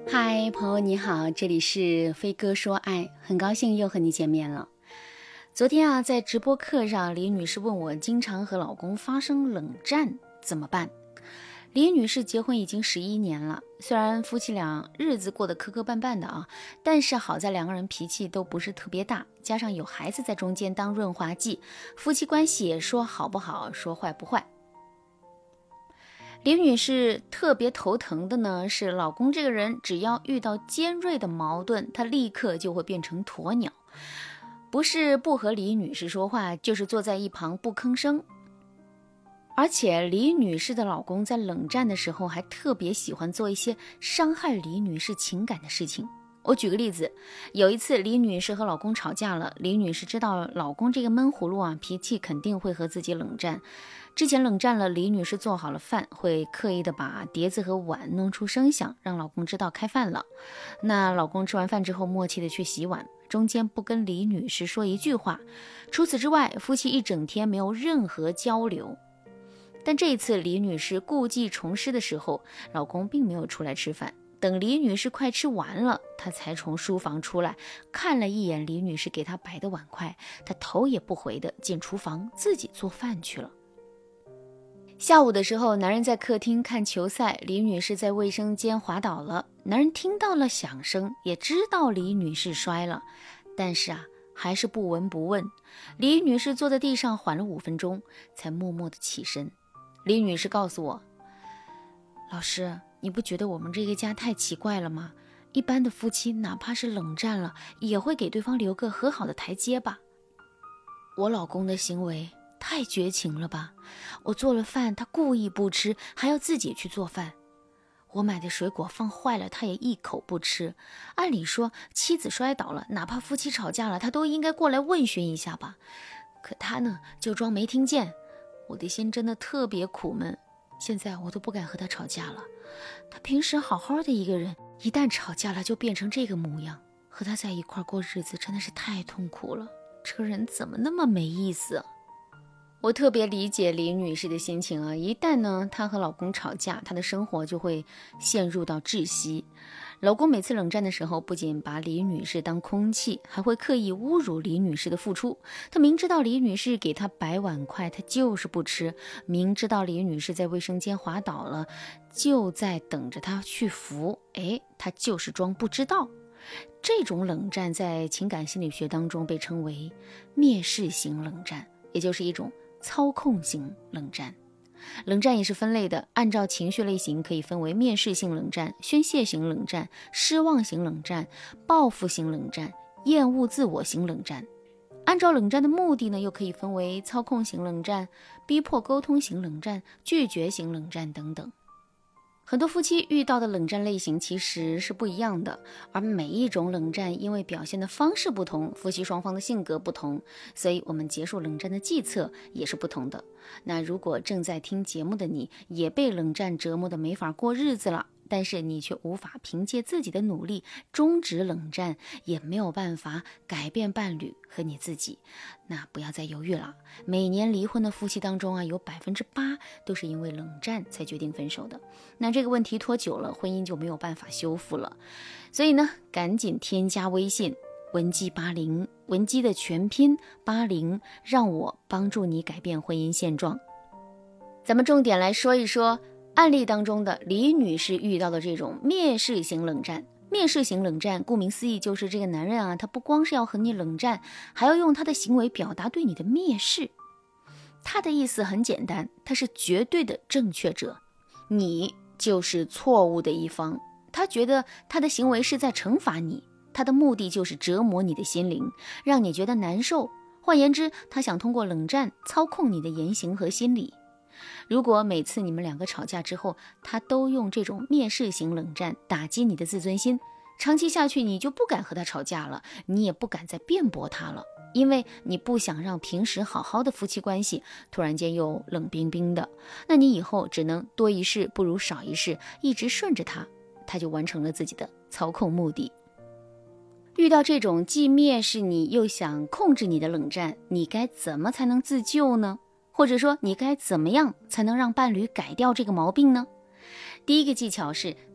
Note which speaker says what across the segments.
Speaker 1: 嗨，朋友你好，这里是飞哥说爱，很高兴又和你见面了。昨天啊，在直播课上，李女士问我，经常和老公发生冷战怎么办？李女士结婚已经11年了，虽然夫妻俩日子过得磕磕绊绊的啊，但是好在两个人脾气都不是特别大，加上有孩子在中间当润滑剂，夫妻关系也说好不好，说坏不坏。李女士特别头疼的呢，是老公这个人只要遇到尖锐的矛盾，他立刻就会变成鸵鸟，不是不和李女士说话，就是坐在一旁不吭声。而且李女士的老公在冷战的时候还特别喜欢做一些伤害李女士情感的事情。我举个例子，有一次李女士和老公吵架了，李女士知道老公这个闷葫芦啊，脾气肯定会和自己冷战。之前冷战了，李女士做好了饭，会刻意的把碟子和碗弄出声响，让老公知道开饭了。那老公吃完饭之后默契的去洗碗，中间不跟李女士说一句话。除此之外，夫妻一整天没有任何交流。但这一次李女士故技重施的时候，老公并没有出来吃饭，等李女士快吃完了，他才从书房出来，看了一眼李女士给他摆的碗筷，他头也不回的进厨房自己做饭去了。下午的时候，男人在客厅看球赛，李女士在卫生间滑倒了，男人听到了响声，也知道李女士摔了，但是还是不闻不问。李女士坐在地上缓了5分钟，才默默地起身。李女士告诉我，老师，你不觉得我们这个家太奇怪了吗？一般的夫妻哪怕是冷战了，也会给对方留个和好的台阶吧。我老公的行为太绝情了吧，我做了饭他故意不吃，还要自己去做饭。我买的水果放坏了，他也一口不吃。按理说妻子摔倒了，哪怕夫妻吵架了，他都应该过来问询一下吧，可他呢就装没听见。我的心真的特别苦闷，现在我都不敢和他吵架了。他平时好好的一个人，一旦吵架了就变成这个模样，和他在一块过日子真的是太痛苦了，这个人怎么那么没意思啊。我特别理解李女士的心情啊，一旦呢她和老公吵架，她的生活就会陷入到窒息。老公每次冷战的时候，不仅把李女士当空气，还会刻意侮辱李女士的付出。他明知道李女士给他摆碗筷，他就是不吃；明知道李女士在卫生间滑倒了，就在等着他去扶，他就是装不知道。这种冷战在情感心理学当中被称为蔑视型冷战，也就是一种操控型冷战。冷战也是分类的，按照情绪类型可以分为蔑视性冷战、宣泄型冷战、失望型冷战、报复型冷战、厌恶自我型冷战。按照冷战的目的呢，又可以分为操控型冷战、逼迫沟通型冷战、拒绝型冷战等等。很多夫妻遇到的冷战类型其实是不一样的，而每一种冷战因为表现的方式不同，夫妻双方的性格不同，所以我们结束冷战的计策也是不同的。那如果正在听节目的你也被冷战折磨的没法过日子了，但是你却无法凭借自己的努力终止冷战，也没有办法改变伴侣和你自己，那不要再犹豫了。每年离婚的夫妻当中有8%都是因为冷战才决定分手的。那这个问题拖久了，婚姻就没有办法修复了。所以呢，赶紧添加微信文姬80，文姬的全拼80，让我帮助你改变婚姻现状。咱们重点来说一说案例当中的李女士遇到的这种蔑视型冷战。蔑视型冷战顾名思义，就是这个男人他不光是要和你冷战，还要用他的行为表达对你的蔑视。他的意思很简单，他是绝对的正确者，你就是错误的一方。他觉得他的行为是在惩罚你，他的目的就是折磨你的心灵，让你觉得难受。换言之，他想通过冷战操控你的言行和心理。如果每次你们两个吵架之后，他都用这种蔑视型冷战打击你的自尊心，长期下去你就不敢和他吵架了，你也不敢再辩驳他了，因为你不想让平时好好的夫妻关系突然间又冷冰冰的。那你以后只能多一事不如少一事，一直顺着他，他就完成了自己的操控目的。遇到这种既蔑视你又想控制你的冷战，你该怎么才能自救呢？或者说你该怎么样才能让伴侣改掉这个毛病呢？第一个技巧是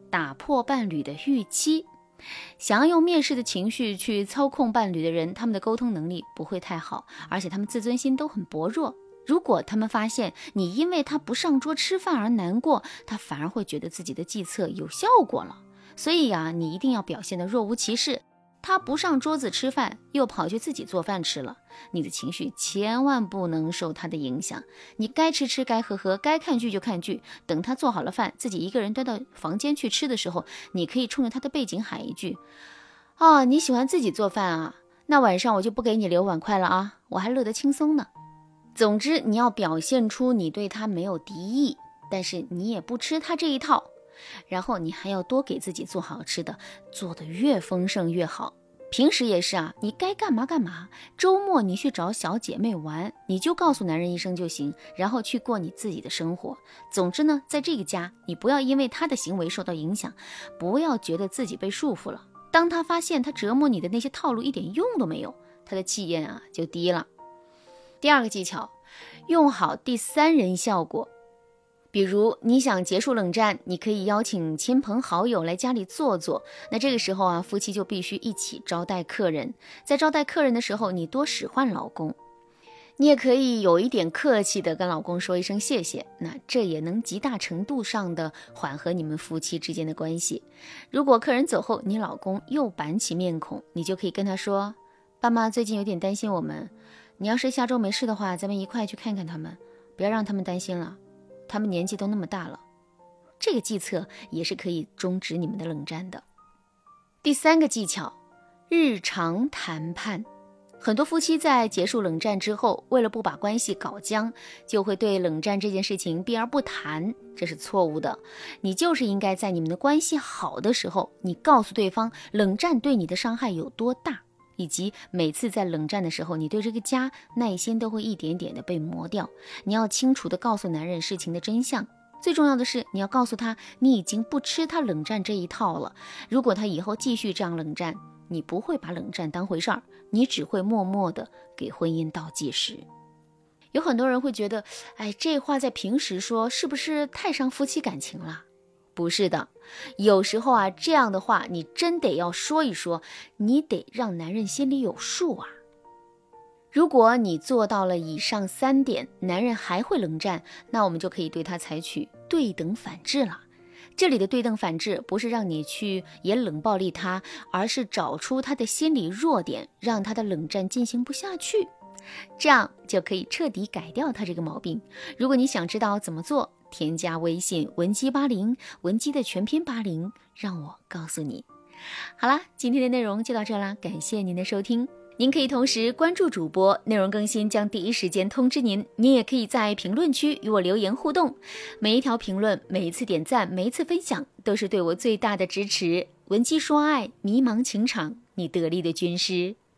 Speaker 1: 打破伴侣的预期。想要用蔑视的情绪去操控伴侣的人，他们的沟通能力不会太好，而且他们自尊心都很薄弱。如果他们发现你因为他不上桌吃饭而难过，他反而会觉得自己的计策有效果了。所以你一定要表现得若无其事。他不上桌子吃饭，又跑去自己做饭吃了，你的情绪千万不能受他的影响。你该吃吃，该喝喝，该看剧就看剧。等他做好了饭，自己一个人端到房间去吃的时候，你可以冲着他的背景喊一句：你喜欢自己做饭啊？那晚上我就不给你留碗筷了啊，我还乐得轻松呢。总之，你要表现出你对他没有敌意，但是你也不吃他这一套。然后你还要多给自己做好吃的，做得越丰盛越好。平时也是你该干嘛干嘛。周末你去找小姐妹玩，你就告诉男人一声就行，然后去过你自己的生活。总之呢，在这个家，你不要因为他的行为受到影响，不要觉得自己被束缚了。当他发现他折磨你的那些套路一点用都没有，他的气焰就低了。第二个技巧，用好第三人效果。比如你想结束冷战，你可以邀请亲朋好友来家里坐坐。那这个时候夫妻就必须一起招待客人。在招待客人的时候，你多使唤老公。你也可以有一点客气的跟老公说一声谢谢，那这也能极大程度上的缓和你们夫妻之间的关系。如果客人走后，你老公又板起面孔，你就可以跟他说：爸妈最近有点担心我们，你要是下周没事的话，咱们一块去看看他们，不要让他们担心了，他们年纪都那么大了。这个计策也是可以终止你们的冷战的。第三个技巧，日常谈判。很多夫妻在结束冷战之后，为了不把关系搞僵，就会对冷战这件事情避而不谈，这是错误的。你就是应该在你们的关系好的时候，你告诉对方冷战对你的伤害有多大，以及每次在冷战的时候，你对这个家耐心都会一点点的被磨掉。你要清楚的告诉男人事情的真相。最重要的是，你要告诉他，你已经不吃他冷战这一套了。如果他以后继续这样冷战，你不会把冷战当回事儿，你只会默默的给婚姻倒计时。有很多人会觉得，这话在平时说是不是太伤夫妻感情了？不是的，有时候这样的话你真得要说一说，你得让男人心里有数。如果你做到了以上3点，男人还会冷战，那我们就可以对他采取对等反制了。这里的对等反制不是让你去也冷暴力他，而是找出他的心理弱点，让他的冷战进行不下去，这样就可以彻底改掉他这个毛病。如果你想知道怎么做，添加微信文姬80，文姬的全拼80，让我告诉你。好啦，今天的内容就到这啦，感谢您的收听。您可以同时关注主播，内容更新将第一时间通知您。您也可以在评论区与我留言互动，每一条评论，每一次点赞，每一次分享，都是对我最大的支持。文姬说爱，迷茫情场，你得力的军师。